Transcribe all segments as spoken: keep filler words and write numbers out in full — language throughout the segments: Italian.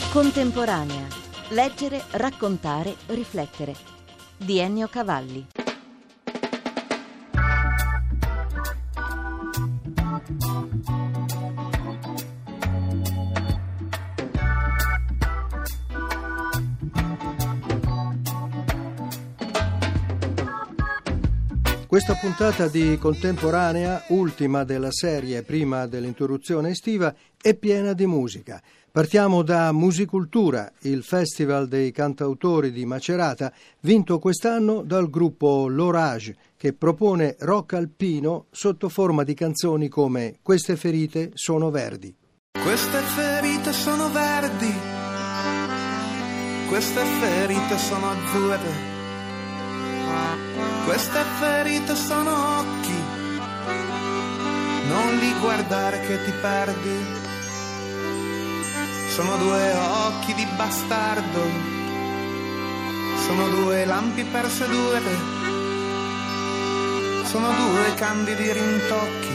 Contemporanea. Leggere, raccontare, riflettere. Di Ennio Cavalli. Questa puntata di Contemporanea, ultima della serie prima dell'interruzione estiva, è piena di musica. Partiamo da Musicultura, il festival dei cantautori di Macerata, vinto quest'anno dal gruppo L'Orage, che propone rock alpino sotto forma di canzoni come Queste ferite sono verdi. Queste ferite sono verdi, queste ferite sono azzurre, queste ferite sono occhi, non li guardare che ti perdi. Sono due occhi di bastardo, sono due lampi per sedurre, sono due candidi rintocchi,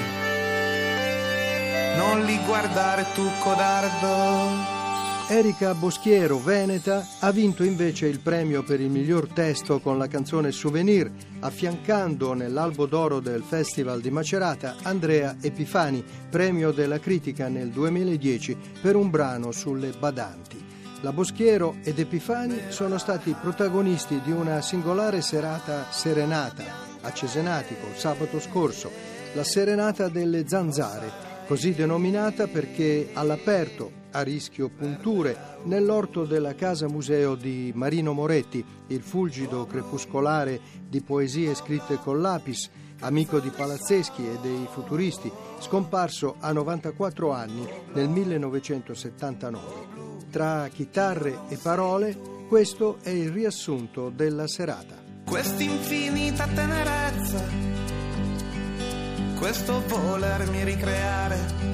non li guardare tu codardo. Erika Boschiero, veneta, ha vinto invece il premio per il miglior testo con la canzone Souvenir, affiancando nell'Albo d'Oro del Festival di Macerata Andrea Epifani, premio della critica nel duemiladieci per un brano sulle badanti. La Boschiero ed Epifani sono stati protagonisti di una singolare serata serenata a Cesenatico sabato scorso, la Serenata delle Zanzare, così denominata perché all'aperto, a rischio punture, nell'orto della Casa Museo di Marino Moretti, il fulgido crepuscolare di poesie scritte con lapis, amico di Palazzeschi e dei futuristi, scomparso a novantaquattro anni nel millenovecentosettantanove. Tra chitarre e parole, questo è il riassunto della serata. Quest'infinita tenerezza, questo volermi ricreare.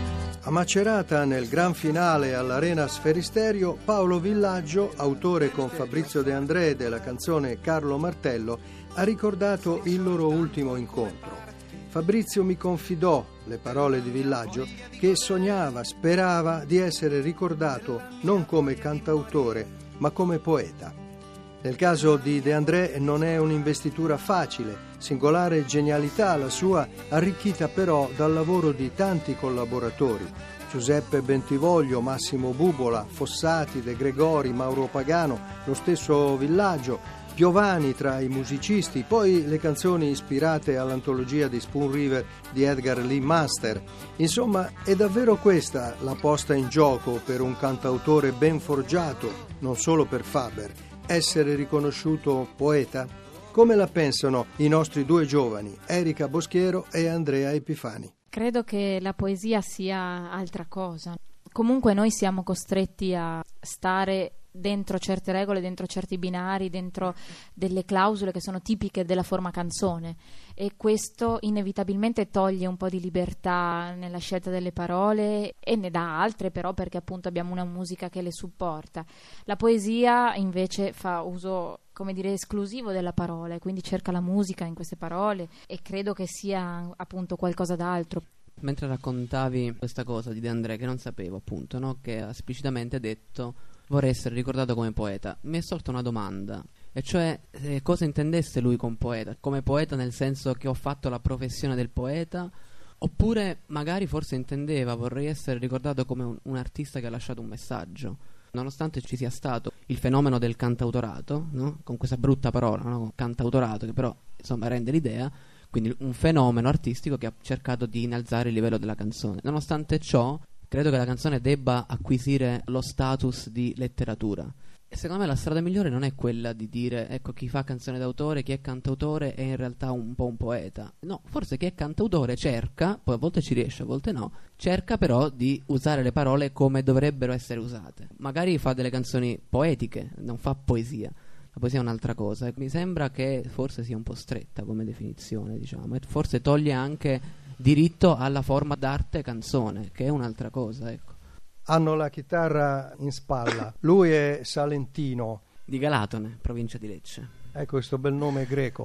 A Macerata, nel gran finale all'Arena Sferisterio, Paolo Villaggio, autore con Fabrizio De André della canzone Carlo Martello, ha ricordato il loro ultimo incontro. Fabrizio mi confidò, le parole di Villaggio, che sognava, sperava di essere ricordato non come cantautore, ma come poeta. Nel caso di De André non è un'investitura facile, singolare genialità la sua, arricchita però dal lavoro di tanti collaboratori. Giuseppe Bentivoglio, Massimo Bubola, Fossati, De Gregori, Mauro Pagano, lo stesso Villaggio, Piovani tra i musicisti, poi le canzoni ispirate all'antologia di Spoon River di Edgar Lee Master. Insomma, è davvero questa la posta in gioco per un cantautore ben forgiato, non solo per Faber, essere riconosciuto poeta? Come la pensano i nostri due giovani, Erika Boschiero e Andrea Epifani? Credo che la poesia sia altra cosa. Comunque noi siamo costretti a stare dentro certe regole, dentro certi binari, dentro delle clausole che sono tipiche della forma canzone, e questo inevitabilmente toglie un po' di libertà nella scelta delle parole e ne dà altre, però, perché appunto abbiamo una musica che le supporta. La poesia invece fa uso, come dire, esclusivo della parola, quindi cerca la musica in queste parole, e credo che sia appunto qualcosa d'altro. Mentre raccontavi questa cosa di De André, che non sapevo appunto, no? Che ha esplicitamente detto vorrei essere ricordato come poeta, mi è sorta una domanda, e cioè eh, cosa intendesse lui con poeta? Come poeta nel senso che ho fatto la professione del poeta, oppure magari forse intendeva vorrei essere ricordato come un, un artista che ha lasciato un messaggio? Nonostante ci sia stato il fenomeno del cantautorato, no? Con questa brutta parola, no? Cantautorato, che però insomma rende l'idea, quindi un fenomeno artistico che ha cercato di innalzare il livello della canzone. Nonostante ciò, credo che la canzone debba acquisire lo status di letteratura. E secondo me la strada migliore non è quella di dire, ecco, chi fa canzone d'autore, chi è cantautore è in realtà un po' un poeta. No, forse chi è cantautore cerca, poi a volte ci riesce, a volte no, cerca però di usare le parole come dovrebbero essere usate. Magari fa delle canzoni poetiche, non fa poesia. La poesia è un'altra cosa. Mi sembra che forse sia un po' stretta come definizione, diciamo, e forse toglie anche diritto alla forma d'arte canzone, che è un'altra cosa, ecco. Hanno la chitarra in spalla. Lui è salentino. Di Galatone, provincia di Lecce. Ecco questo bel nome greco.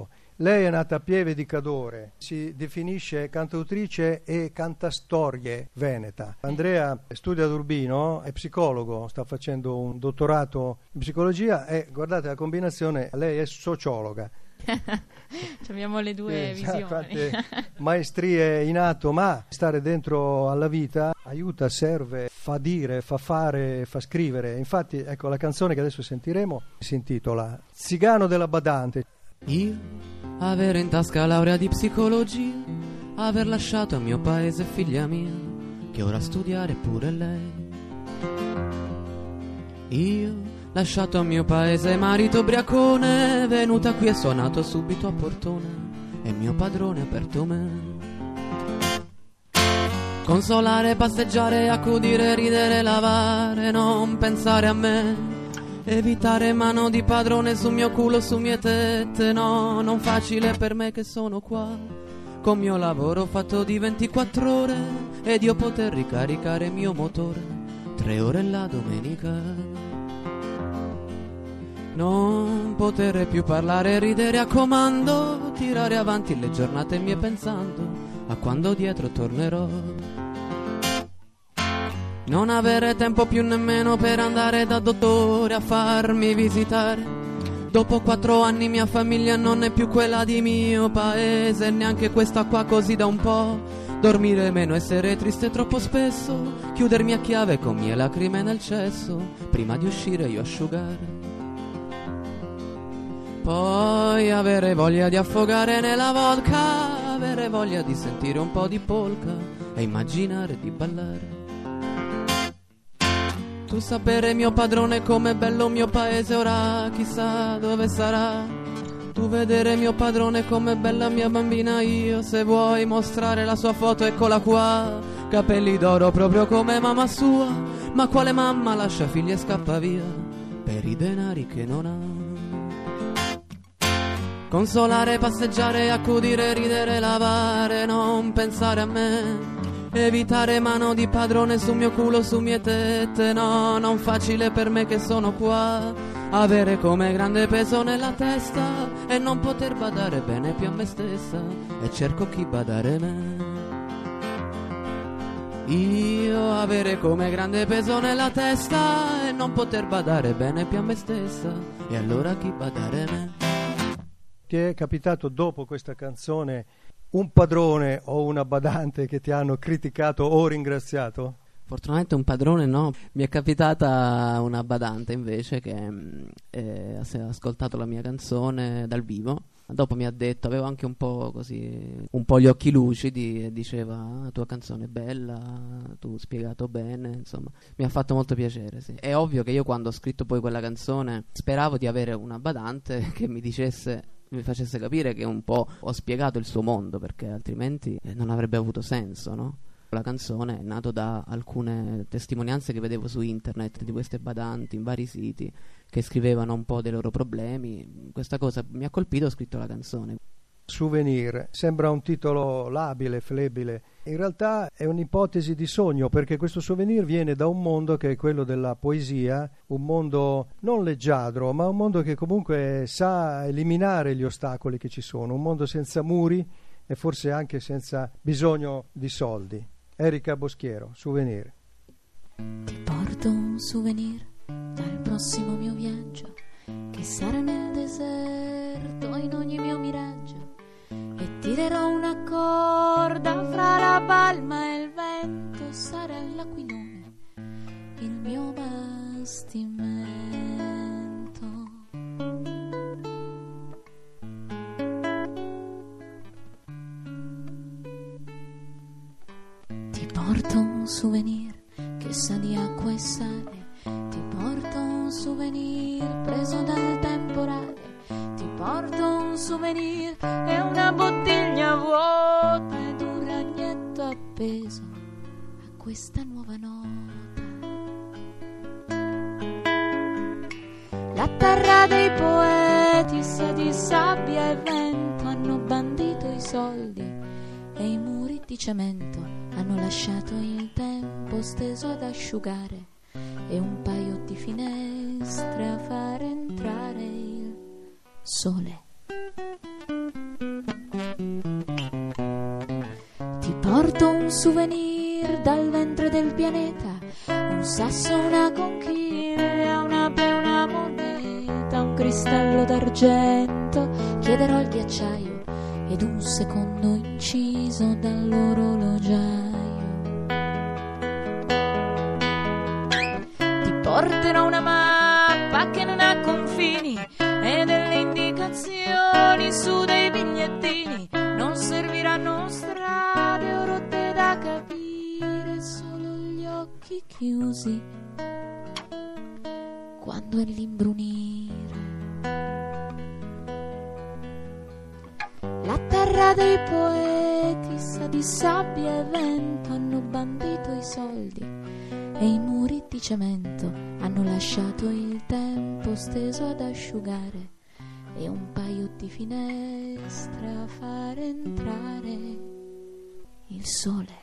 Lei è nata a Pieve di Cadore, si definisce cantautrice e cantastorie veneta. Andrea studia ad Urbino, è psicologo, sta facendo un dottorato in psicologia e guardate la combinazione, lei è sociologa. Abbiamo le due Eh, visioni. infatti, maestrie in atto, ma stare dentro alla vita aiuta, serve, fa dire, fa fare, fa scrivere. Infatti, ecco, la canzone che adesso sentiremo si intitola Zigano della Badante. Io avere in tasca laurea di psicologia, aver lasciato il mio paese figlia mia, che ora studiare pure lei. Io lasciato il mio paese marito ubriacone, venuta qui e suonato subito a portone, e mio padrone ha aperto me. Consolare, passeggiare, accudire, ridere, lavare, non pensare a me. Evitare mano di padrone sul mio culo, su mie tette, no, non facile per me che sono qua, con mio lavoro fatto di ventiquattro ore, ed io poter ricaricare mio motore tre ore la domenica. Non poter più parlare e ridere a comando, tirare avanti le giornate mie pensando a quando dietro tornerò. Non avere tempo più nemmeno per andare da dottore a farmi visitare. Dopo quattro anni mia famiglia non è più quella di mio paese, neanche questa qua così da un po'. Dormire meno, essere triste troppo spesso, chiudermi a chiave con mie lacrime nel cesso, prima di uscire io asciugare. Poi avere voglia di affogare nella vodka, avere voglia di sentire un po' di polka e immaginare di ballare. Tu sapere mio padrone com'è bello mio paese, ora chissà dove sarà. Tu vedere mio padrone com'è bella mia bambina, io se vuoi mostrare la sua foto eccola qua. Capelli d'oro proprio come mamma sua, ma quale mamma lascia figli e scappa via per i denari che non ha. Consolare, passeggiare, accudire, ridere, lavare, non pensare a me. Evitare mano di padrone sul mio culo, su mie tette, no, non facile per me che sono qua. Avere come grande peso nella testa e non poter badare bene più a me stessa, e cerco chi badare me. Io avere come grande peso nella testa e non poter badare bene più a me stessa, e allora chi badare me. Ti è capitato dopo questa canzone un padrone o una badante che ti hanno criticato o ringraziato? Fortunatamente un padrone no, mi è capitata una badante invece che eh, ha ascoltato la mia canzone dal vivo. Dopo mi ha detto, avevo anche un po' così, un po' gli occhi lucidi, e diceva la tua canzone è bella, tu hai spiegato bene, insomma mi ha fatto molto piacere, sì. È ovvio che io quando ho scritto poi quella canzone speravo di avere una badante che mi dicesse, mi facesse capire che un po' ho spiegato il suo mondo, perché altrimenti non avrebbe avuto senso, no? La canzone è nata da alcune testimonianze che vedevo su internet di queste badanti in vari siti che scrivevano un po' dei loro problemi. Questa cosa mi ha colpito, ho scritto la canzone. Souvenir sembra un titolo labile, flebile. In realtà è un'ipotesi di sogno, perché questo souvenir viene da un mondo che è quello della poesia, un mondo non leggiadro, ma un mondo che comunque sa eliminare gli ostacoli che ci sono, un mondo senza muri e forse anche senza bisogno di soldi. Erika Boschiero, Souvenir. Ti porto un souvenir dal prossimo mio viaggio, che sarà nel deserto in ogni mio miraggio, e tirerò una corda fra la palma e il vento, sarà l'aquilone il mio bastimento. Ti porto un souvenir che sa di acqua e sale, ti porto un souvenir preso dal temporale, ti porto un souvenir e una bottiglia vuota ed un ragnetto appeso a questa nuova nota. La terra dei poeti sa di sabbia e vento, hanno bandito i soldi e i muri di cemento, hanno lasciato il tempo steso ad asciugare e un paio di finestre a far entrare il sole. porto un souvenir dal ventre del pianeta, un sasso, una conchiglia, una pe, una moneta, un cristallo d'argento. Chiederò il ghiacciaio ed un secondo inciso dall'orologiaio. Ti porterò una mappa che non ha confini e delle indicazioni su dei bigliettini. Non serviranno strade o rotte da capire, solo gli occhi chiusi quando è l'imbrunire. La terra dei poeti sa di sabbia e vento, hanno bandito i soldi e i muri di cemento, hanno lasciato il tempo steso ad asciugare e un paio di finestre a far entrare il sole.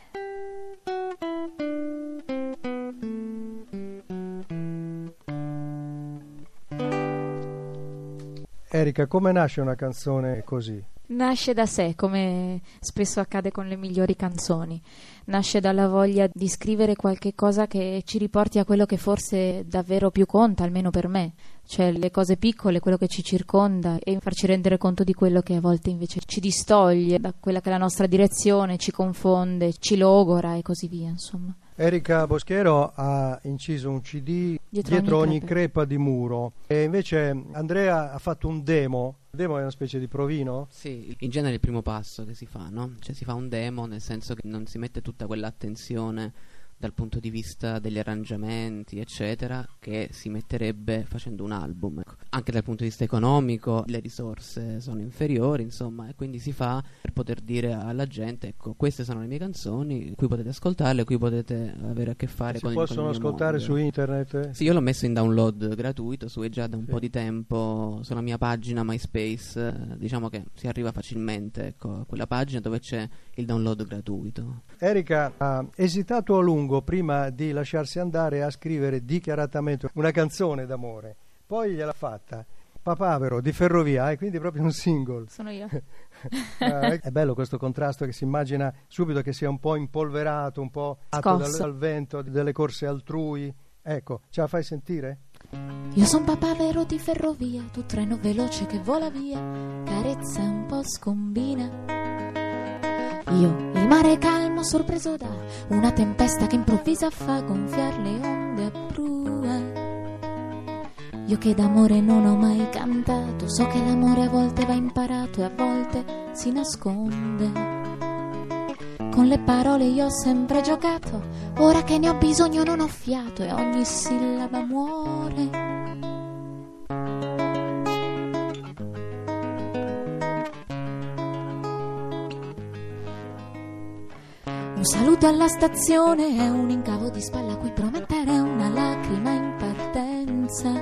Erika, come nasce una canzone così? Nasce da sé, come spesso accade con le migliori canzoni. Nasce dalla voglia di scrivere qualche cosa che ci riporti a quello che forse davvero più conta, almeno per me, cioè le cose piccole, quello che ci circonda, e farci rendere conto di quello che a volte invece ci distoglie da quella che è la nostra direzione, ci confonde, ci logora e così via, insomma. Erika Boschiero ha inciso un C D dietro, dietro ogni, ogni crepa di muro, e invece Andrea ha fatto un demo. Il demo è una specie di provino? Sì, in genere è il primo passo che si fa, no? Cioè si fa un demo, nel senso che non si mette tutta quell'attenzione dal punto di vista degli arrangiamenti, eccetera, che si metterebbe facendo un album. Ecco. Anche dal punto di vista economico le risorse sono inferiori, insomma, e quindi si fa per poter dire alla gente, ecco, queste sono le mie canzoni, qui potete ascoltarle, qui potete avere a che fare si con il Si possono con il ascoltare mondo. Su internet? Sì, io l'ho messo in download gratuito su già da un sì. po' di tempo sulla mia pagina MySpace, diciamo che si arriva facilmente, ecco, a quella pagina dove c'è il download gratuito. Erika ha esitato a lungo prima di lasciarsi andare a scrivere dichiaratamente una canzone d'amore, poi gliel'ha fatta, Papavero di Ferrovia, e quindi proprio un single. Sono io. eh, è bello questo contrasto, che si immagina subito che sia un po' impolverato, un po' atto dal, dal vento delle corse altrui. Ecco, ce la fai sentire? Io son Papavero di Ferrovia, tu treno veloce che vola via, carezza un po' scombina. Io, il mare calmo sorpreso da una tempesta che improvvisa fa gonfiar le onde a prua. Io che d'amore non ho mai cantato, so che l'amore a volte va imparato e a volte si nasconde. Con le parole io ho sempre giocato, ora che ne ho bisogno non ho fiato e ogni sillaba muore. Un saluto alla stazione è un incavo di spalla a cui promettere una lacrima in partenza.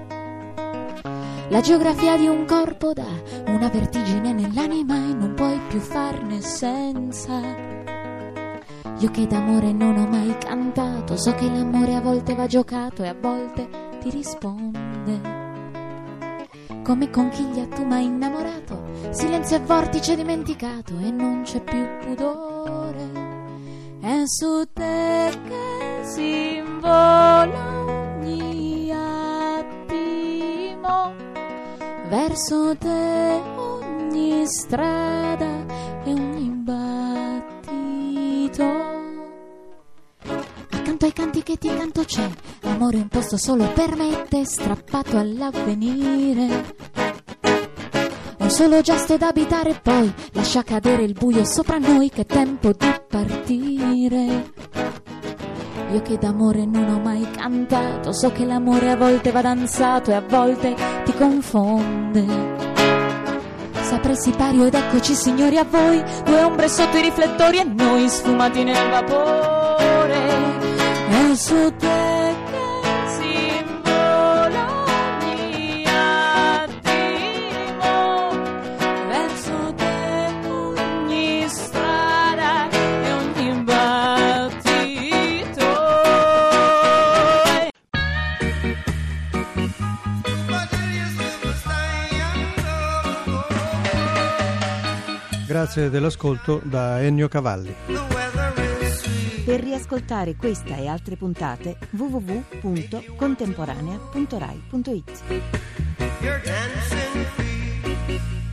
La geografia di un corpo dà una vertigine nell'anima e non puoi più farne senza. Io che d'amore non ho mai cantato, so che l'amore a volte va giocato e a volte ti risponde. Come conchiglia tu m'hai innamorato, silenzio e vortice dimenticato e non c'è più pudore. È su te che si invola ogni attimo, verso te ogni strada e ogni battito. Accanto ai canti che ti canto c'è amore, un posto solo per me e te, strappato all'avvenire. Un solo gesto da abitare e poi lascia cadere il buio sopra noi, che è tempo di partire. Io che d'amore non ho mai cantato, so che l'amore a volte va danzato e a volte ti confonde. Saprei sipario ed eccoci signori a voi, due ombre sotto i riflettori e noi sfumati nel vapore. E su te che si invola ogni attimo, verso te ogni strada e ogni battito. Grazie Grazie dell'ascolto da Ennio Cavalli. Per riascoltare questa e altre puntate w w w punto contemporanea punto rai punto it.